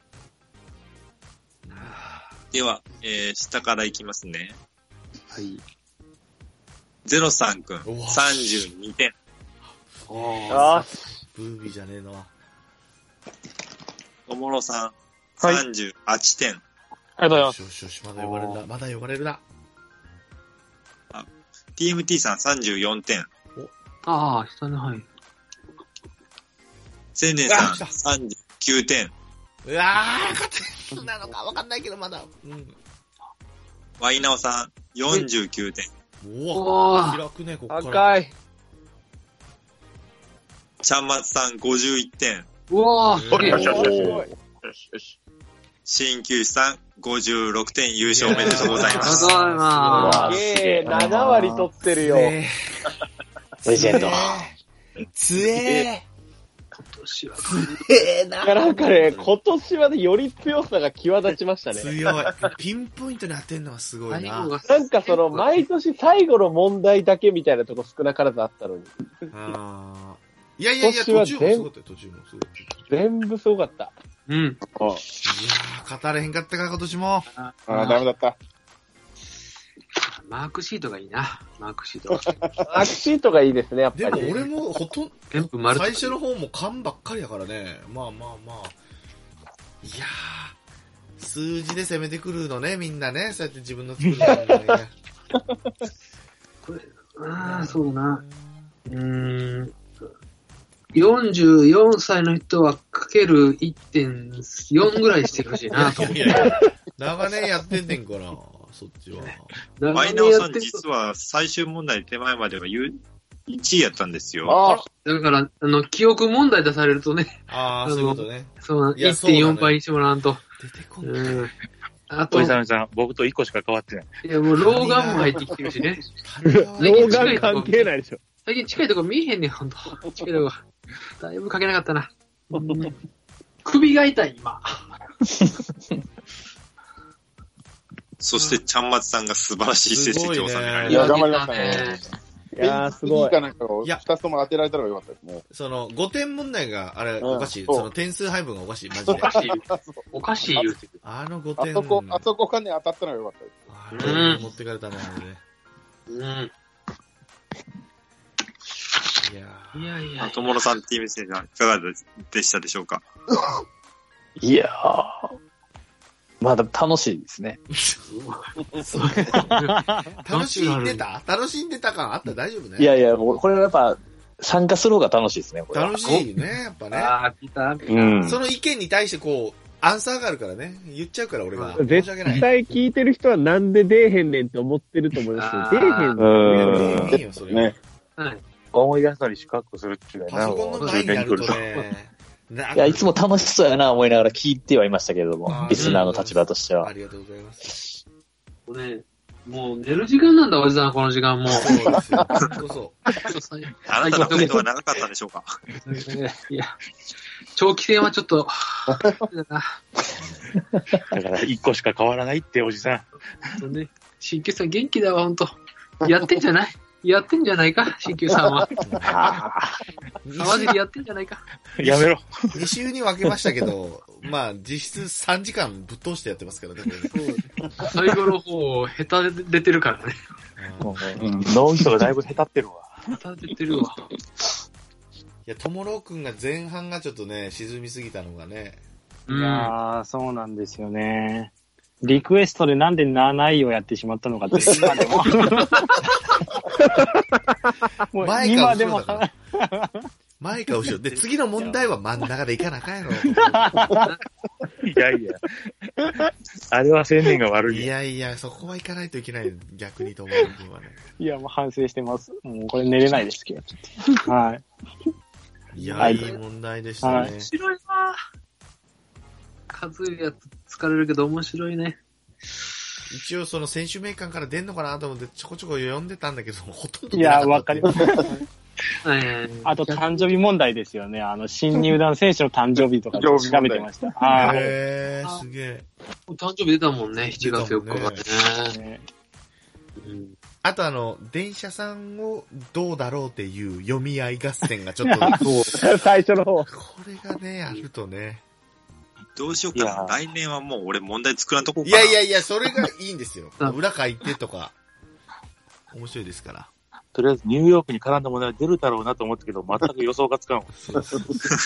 では、えー、下からいきますね。 はい。 ゼロさんくん、さんじゅうにてん。 ああ、ブービーじゃねえな。 ともろさん、さんじゅうはちてん。 ありがとうございます。 よしよし、まだ呼ばれるな。まだ呼ばれるな。 あ、ティーエムティー さんさんじゅうよんてん。 ああ、下の、はい。 青年さんさんじゅうきゅうてん。 うわー、勝てんなのかわかんないけど、まだ。うん。 ワイナオさんよんじゅうきゅうてん。 おわ、開くね、こっから。 赤い。 ちゃんまつさんごじゅういってん。 うわー、すげえ。 よしよしよし。よしよし。 鍼灸師さんごじゅうろくてん、優勝おめでとうございます。 ありがとうございます。 すげえ、なな割取ってるよ。 レジェンド。 つえー。 今年はつえーな。 なんかね、今年はね、より強さが際立ちましたね。 強い。ピンポイントに当てんのはすごいな。 なんかその、毎年最後の問題だけみたいなとこ少なからずあったのに。 あいやいやいや、途中もすごかったよ、途中もすごかった。 全部すごかった。 うん。いやー、語れへんかったか、今年も。 ああ、ダメだった。 マークシートがいいな。マークシート。 マークシートがいいですね、やっぱり。 でも俺もほとんど、最初の方も勘ばっかりだからね。まあまあまあ。いやー、数字で攻めてくるのね、みんなね。そうやって自分の作るのね。 これ、ああ、そうだな。うーん。よんじゅうよんさいの人はかける いってんよん ぐらいしてほしいなと思って。 長年やってんねんから、そっちは。 ワイナオさん実は最終問題手前まではいちいやったんですよ。 ああ。だから、あの、記憶問題出されるとね。 ああ、そういうことね。 そうな、いってんよん 倍にしてもらわんと。 出てこない。 うん。あと、 おじさんさん、僕といっこしか変わってない。 いや、もう老眼も入ってきてるしね。 老眼関係ないでしょ。 最近近いとこ見えへんねん、ほんと。近いとこ。だいぶかけなかったな。首が痛い、今。 そして、ちゃんまつさんが素晴らしい成績を収められいや、頑張りましたね。 いやー、すごい。 いいかなんかを二つとも当てられたらよかったですね。 その、ごてん問題が、あれ、おかしい。その点数配分がおかしい、マジで。 おかしい。おかしい言うてる。 あのごてん。 あそこ、あそこがね、当たったのがよかったです。 うん。持ってかれたね、あれね。 うん。 いやいやいや。 ともろさんチーム戦はいかがでしたでしょうか？ いやー。まあ、楽しいですね。 楽しんでた楽しんでた感あったら大丈夫ね。 いやいや、これはやっぱ、参加する方が楽しいですね、これ楽しいね、やっぱね。 ああ、来た。 うん。 その意見に対してこう、アンサーがあるからね。言っちゃうから俺が。 絶対聞いてる人はなんで出えへんねんって思ってると思いますけど、出えへんねん。いいよ、それは。 ね。 はい。 思い出したり四角するっていうね。 パソコンの前にやるとね。 いや、いつも楽しそうやな思いながら聞いてはいましたけれども、リスナーの立場としては。 ありがとうございます。 これ、もう寝る時間なんだ、おじさん、この時間もう。 そうですよ。そうそう。 あなたのコメントは長かったんでしょうか？ いや、長期戦はちょっと、 だから一個しか変わらないっておじさん。 ね、新旧さん元気だわ、ほんと。やってんじゃないやってんじゃないか新旧さんは。マジでやってんじゃないか。 やめろ。 に週に分けましたけど、まあ、実質さんじかんぶっ通してやってますからね、これね。 最後の方、下手出てるからね。 うん、脳みそがだいぶ下手ってるわ。 下手出てるわ。 いや、ともろくんが前半がちょっとね、沈みすぎたのがね。 いやー、そうなんですよね。リクエストでなんでなないをやってしまったのかって、今でも。もう前か今でも後ろだから。前か後ろ。で、次の問題は真ん中でいかなあかんやろ。 いやいや。あれは青年が悪い。 いやいや、そこは行かないといけない。逆にともろくんはね。 いや、もう反省してます。もうこれ寝れないですけど。はい。 いや、 はいいい問題でしたね。 面白いな数えるやつ疲れるけど面白いね。 一応その選手名鑑から出んのかなと思ってちょこちょこ読んでたんだけど、ほとんどいや、わかります。 あと誕生日問題ですよね。あの、新入団選手の誕生日とか調べてました。はい。 へー、すげえ。 誕生日出たもんね、しちがつよっかがね。 あとあの、電車さんをどうだろうっていう読み合い合戦がちょっと、 最初の方。 これがね、あるとね。 どうしようかな。来年はもう俺問題作らんとこうかな。 いやいやいや、それがいいんですよ。裏書いてとか。面白いですから。 とりあえずニューヨークに絡んだ問題出るだろうなと思ったけど、全く予想がつかんわ。 そうそうそうそう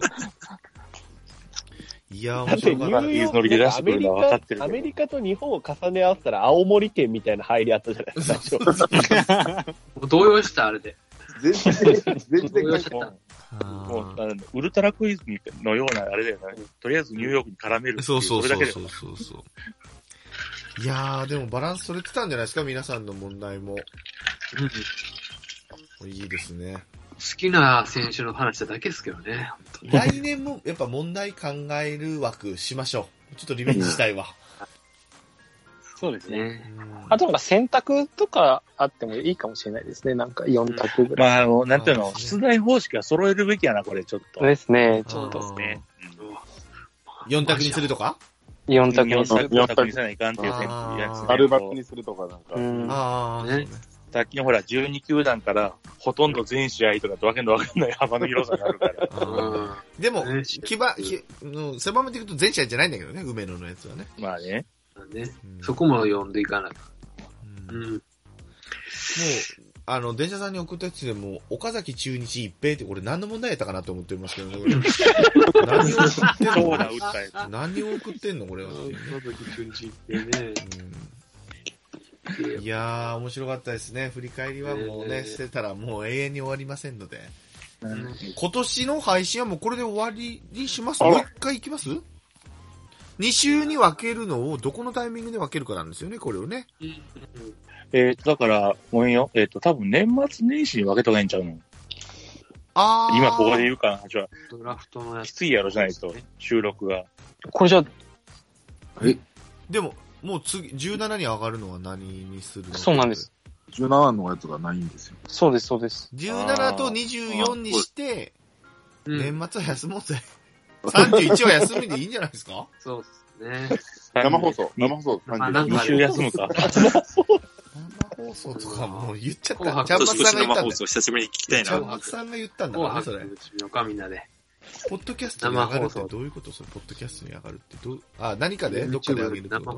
いやー、 だってニューヨーク、アメリカと日本を重ね合わせたら青森県みたいな入りあったじゃないですか、最初。 動揺した、あれで。 全然、全然動揺しちゃった。 もうあのウルトラクイズのようなあれだよね。とりあえずニューヨークに絡めるっていう。 そうそうそうれだけでそうそうそう。いやー、でもバランス取れてたんじゃないですか、皆さんの問題も。いいですね。 好きな選手の話しただけですけどね。 来年もやっぱ問題考える枠しましょう。ちょっとリベンジしたいわ。 そうですね。あとなんか選択とかあってもいいかもしれないですね。なんかよん択ぐらい。 まあ、あの、なんていうの、出題方式は揃えるべきやな、これ、ちょっと。 ですね、ちょっと。ですね。 よん択にするとかよん択にする。 よん択にせないかんっていう選択やつ。 丸抜にするとかなんか。 ああ、ね。 さっきのほら、じゅうに球団からほとんど全試合とかってわけのわかんない幅の広さがあるから。 でも、きば、き、狭めていくと全試合じゃないんだけどね、梅野のやつはね。 まあね。 ね、そこも読んでいかない。 うん。もう、あの、電車さんに送ったやつでも、岡崎中日一平って、これ何の問題やったかなと思ってますけどね、何を送ってんのそうだ、打ったやつ。 何を送ってんのこれは。 岡崎中日一平ね。 うん、いやー、面白かったですね。振り返りはもうね、してたらもう永遠に終わりませんので。うん、今年の配信はもうこれで終わりにします？もう一回行きます？に週に分けるのをどこのタイミングで分けるかなんですよね、これをね。 えっと、だから、ごめんよ。えっと、多分年末年始に分けとかへんちゃうの。 あー。 今ここで言うか、じゃあ。 ドラフトのやつ。 きついやろじゃないと、収録が。 これじゃあ、 えでも、もう次、じゅうしちに上がるのは何にするの？ そうなんです。 じゅうななのやつがないんですよ。 そうです、そうです。 じゅうななとにじゅうよんにして、年末は休もうぜ。さんじゅういちは休みでいいんじゃないですか？ そうですね。 生放送、生放送、 に週休むか。 生放送とかもう言っちゃった。ちゃんまつさんが言ったんだ。 生放送久しぶりに聞きたいな。 ちゃんまつさんが言ったんだからね、それ。 みんなで。 ポッドキャストに上がるってどういうこと？それポッドキャストに上がるってどう、あ、何かでどっかで上げるってこと？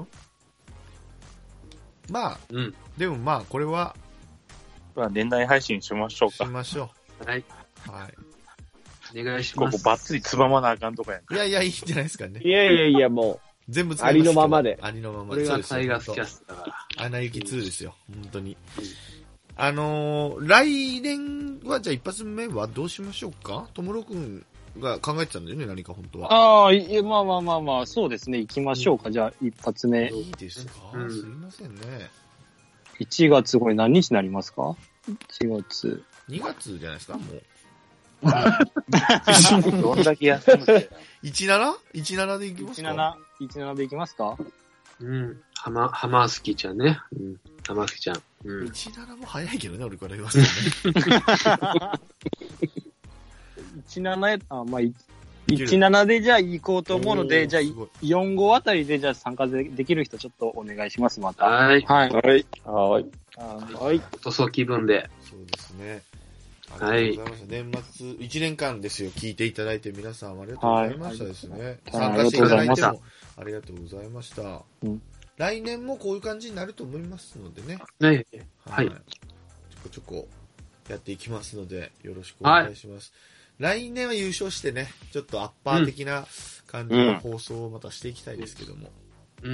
まあ、うん。でもまあ、これは、 まあ、年内配信しましょうか。 しましょう。はい。 はい。 お願いします。 ここバッツリつばまなあかんとかやんか。 いやいや、いいんじゃないですかね。 いやいやいや、もう。 全部ありのままで。 ありのままで。これがタイガースキャストだから。 アナ雪ツーですよ。本当に。うん、あのー、来年は、じゃあ一発目はどうしましょうか？ともろくんが考えてたんだよね、何か本当は。 ああ、いや、まあまあまあまあ、そうですね。行きましょうか。うん、じゃあ一発目。 いいですか、うん、すいませんね。 いちがつ、これ何日になりますか？ いち 月。 にがつじゃないですか、もう。 どんだけ休むって。 いちなな？ いちなな でいきますか？ いちなな、いちななでいきますか？ うん。はま、はますきちゃんね。うん。はますきちゃん。うん。 いちななも早いけどね、俺から言わせてね。 いちなな、あ、まあ、いちななでじゃあ行こうと思うので、じゃあよん号あたりでじゃあ参加でできる人ちょっとお願いします、また。 はい。 はい。 はい。 はい。 はい。塗装気分で。 そうですね。ありがとうございました。年末、いちねんかんですよ、聞いていただいて皆さんありがとうございましたですね。はい、参加していただいてもありがとうございました。うん、来年もこういう感じになると思いますのでね。 はい。 はい。ちょこちょこやっていきますので、よろしくお願いします。はい、来年は優勝してね、ちょっとアッパー的な感じの放送をまたしていきたいですけども。 うん。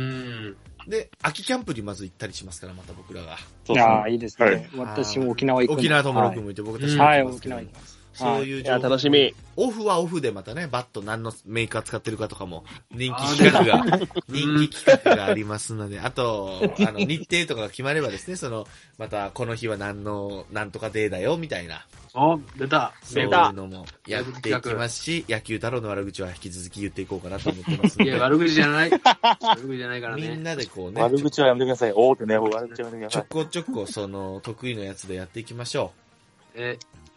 で、秋キャンプにまず行ったりしますから、また僕らが。 そうですね。ああ、いいですね。はい、私も沖縄行く。 沖縄ともろくんもいて、僕たちも行きますけど。はい、沖縄行きます。 そういう情報。楽しみ。 オフはオフでまたね、バット何のメーカー使ってるかとかも、人気企画が、人気企画がありますので、あと、あの、日程とかが決まればですね、その、またこの日は何の、なんとかデーだよ、みたいな。 お、出た。 そういうのもやっていきますし、野球太郎の悪口は引き続き言っていこうかなと思ってますので。 いや、悪口じゃない。悪口じゃないからね。 みんなでこうね。 悪口はやめてください。おーってね、悪口はやめてください。 ちょこちょこ、その、得意のやつでやっていきましょう。え、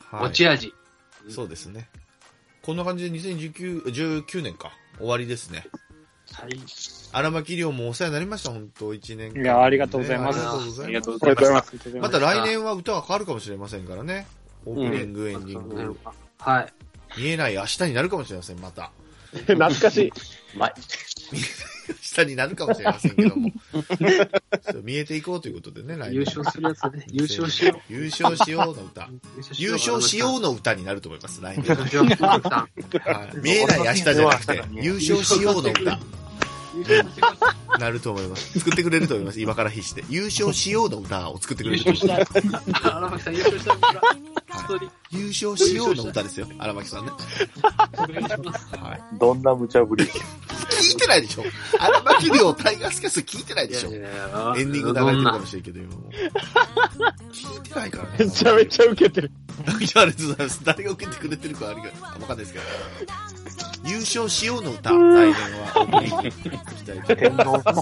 持ち味。 そうですね。こんな感じでにせんじゅうきゅう、じゅうきゅうねんか。終わりですね。 はい。 荒牧亮もお世話になりました、本当一年間、ね。 いや、ありがとうございます。 ありがとうございます。また来年は歌が変わるかもしれませんからね。オープニング、うん、エンディング、うん。 はい。 見えない明日になるかもしれません、また。 懐かしい。ま、 明日になるかもしれませんけども。見えていこうということでね、来年。 優勝するやつね。優勝しよう。 優勝しようの歌。優勝しようの歌になると思います、来年。はい、見えない明日じゃなくて、優勝しようの歌。なると思います。作ってくれると思います。今から必死で。優勝しようの歌を作ってくれると思います。 荒牧さん優勝した歌。 優勝しようの歌ですよ。荒牧さんね。 はい。どんな無茶ぶり聞いてないでしょ。荒牧亮タイガースキャスト聞いてないでしょ。エンディング流れてるかもしれんけど、今も。聞いてないからね。 めちゃめちゃ受けてる。 ありがとうございます。誰が受けてくれてるかありがとう。わかんないですけど。優勝しようの歌、来年はオープニングいきたいと思います。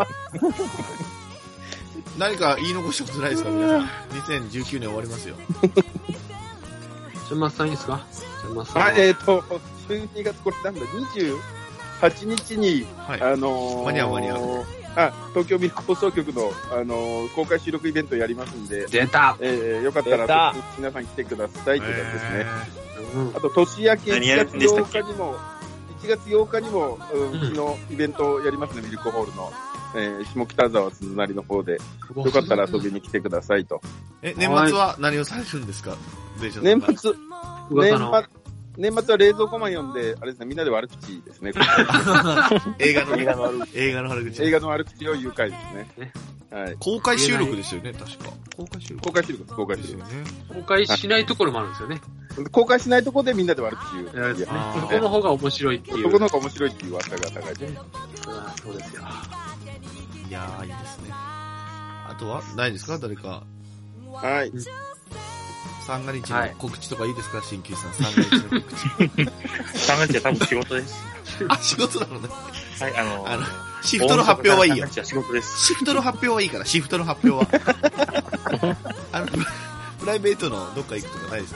何か言い残したことないですか、皆さん。にせんじゅうきゅうねん終わりますよ。 ちょまさんいいですか？ちょまさん。 はい、えっ、ー、と、じゅうにがつこれなんだ、にじゅうはちにちに、はい、あのー、 間に合う間に合う。 あ、東京ミルク放送局の、あのー、公開収録イベントやりますんで。 出たえー、よかったら、皆さん来てくださいってやつですね。あと、年明けいちがつようかにも、いちがつようかにも、うん、うちのイベントをやりますね、ミルクホールの。えー、下北沢つなりの方で、よかったら遊びに来てくださいと。 え、年末は何をされるんですか？ 年末、年末、年末は冷蔵庫マン読んで、あれですね、みんなで悪口ですね。 映画の、映画の悪口。映画の悪口。 映画の悪口を言う回ですね。はい。 公開収録ですよね、確か。公開収録。 公開収録です、公開収録。 公開しないところもあるんですよね。 公開しないところでみんなで悪口言う。 いや、そこの方が面白いっていう。 そこの方が面白いっていう噂が高いですね。 そうですよ。 いやー、いいですね。あとはないですか？誰か。 はい。 三が日の告知とかいいですか？鍼灸師さん、三が日の告知。 三が日は多分仕事です。 あ、仕事なのね。 はい、あのー、あの、 シフトの発表はいいよ。 仕事です。 シフトの発表はいいから、シフトの発表は。あの、プライベートのどっか行くとかないですか？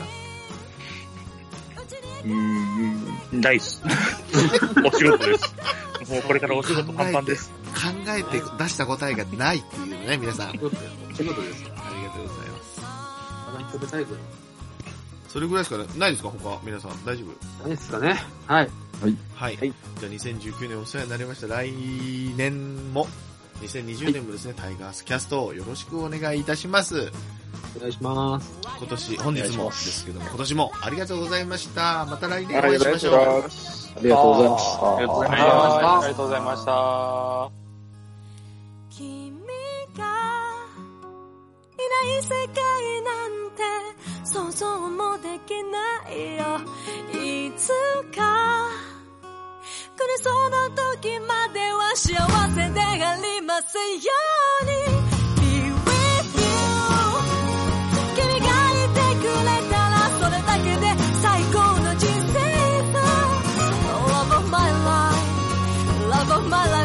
うーん、ないっす。お仕事です。もうこれからお仕事パンパンです。 考えて出した答えがないっていうね、皆さん。 お仕事です。 ありがとうございます。 食べたいぞ。 それぐらいですかね。ないですか他、皆さん。大丈夫？ ないですかね。はい。 はい。はい。はい、じゃあにせんじゅうきゅうねんお世話になりました。来年も、にせんにじゅうねんもですね、はい、タイガースキャストをよろしくお願いいたします。 お願いします。 今年、本日もですけども、今年もありがとうございました。また来年お会いしましょう。 ありがとうございました。 ありがとうございました。ありがとうございました。 君がいない世界なんて想像もできないよ。いつか来るその時までは幸せでありますように。Be with you 君がいてくれたらそれだけで最高の人生さ。Love of my life Love of my life